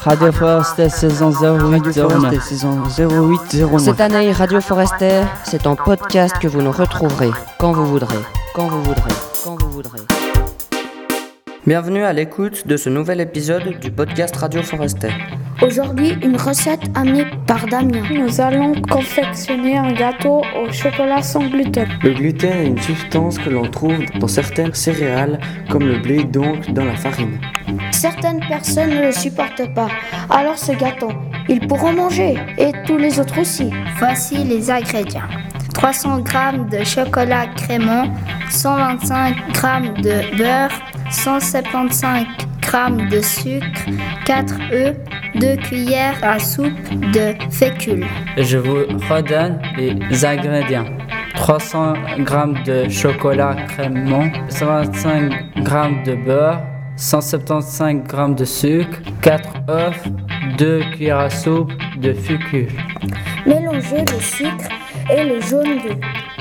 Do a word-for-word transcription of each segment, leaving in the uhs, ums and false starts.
Radio Forester saison zéro huit zéro neuf. saison zéro huit zéro neuf. Cette année, Radio Forester, c'est un podcast que vous nous retrouverez quand vous voudrez, quand vous voudrez, quand vous voudrez. Bienvenue à l'écoute de ce nouvel épisode du podcast Radio Forester. Aujourd'hui, une recette amenée par Damien. Nous allons confectionner un gâteau au chocolat sans gluten. Le gluten est une substance que l'on trouve dans certaines céréales, comme le blé, donc dans la farine. Certaines personnes ne le supportent pas, alors ce gâteau, ils pourront manger, et tous les autres aussi. Voici les ingrédients. trois cents grammes de chocolat crémeux, cent vingt-cinq grammes de beurre, cent soixante-quinze grammes de sucre, quatre œufs, deux cuillères à soupe de fécule. Je vous redonne les ingrédients. trois cents grammes de chocolat crémeux, cent vingt-cinq grammes de beurre, cent soixante-quinze grammes de sucre, quatre œufs, deux cuillères à soupe de fécule. Mélangez le sucre et le jaune d'œuf.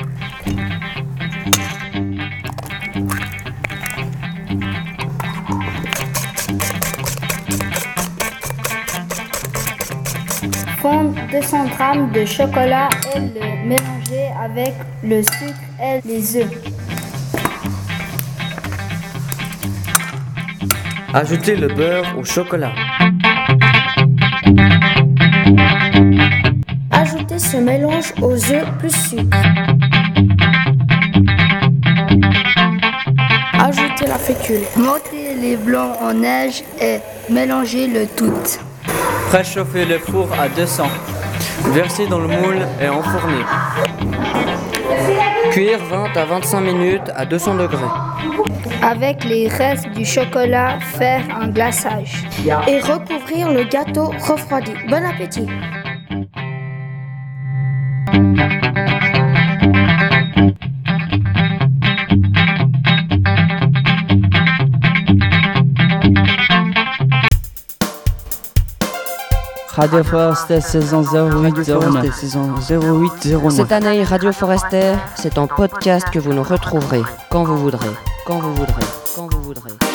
Fondre deux cents grammes de chocolat et le mélanger avec le sucre et les œufs. Ajoutez le beurre au chocolat. Ajoutez ce mélange aux œufs plus sucre. Ajoutez la fécule. Montez les blancs en neige et mélangez le tout. Préchauffez le four à deux cents. Versez dans le moule et enfournez. Cuire vingt à vingt-cinq minutes à deux cents degrés. Avec les restes du chocolat, faire un glaçage. Et recouvrir le gâteau refroidi. Bon appétit! Radio Forester saison zéro huit zéro neuf. saison zéro huit zéro neuf. Cette année, Radio Forester, c'est un podcast que vous nous retrouverez quand vous voudrez, quand vous voudrez, quand vous voudrez.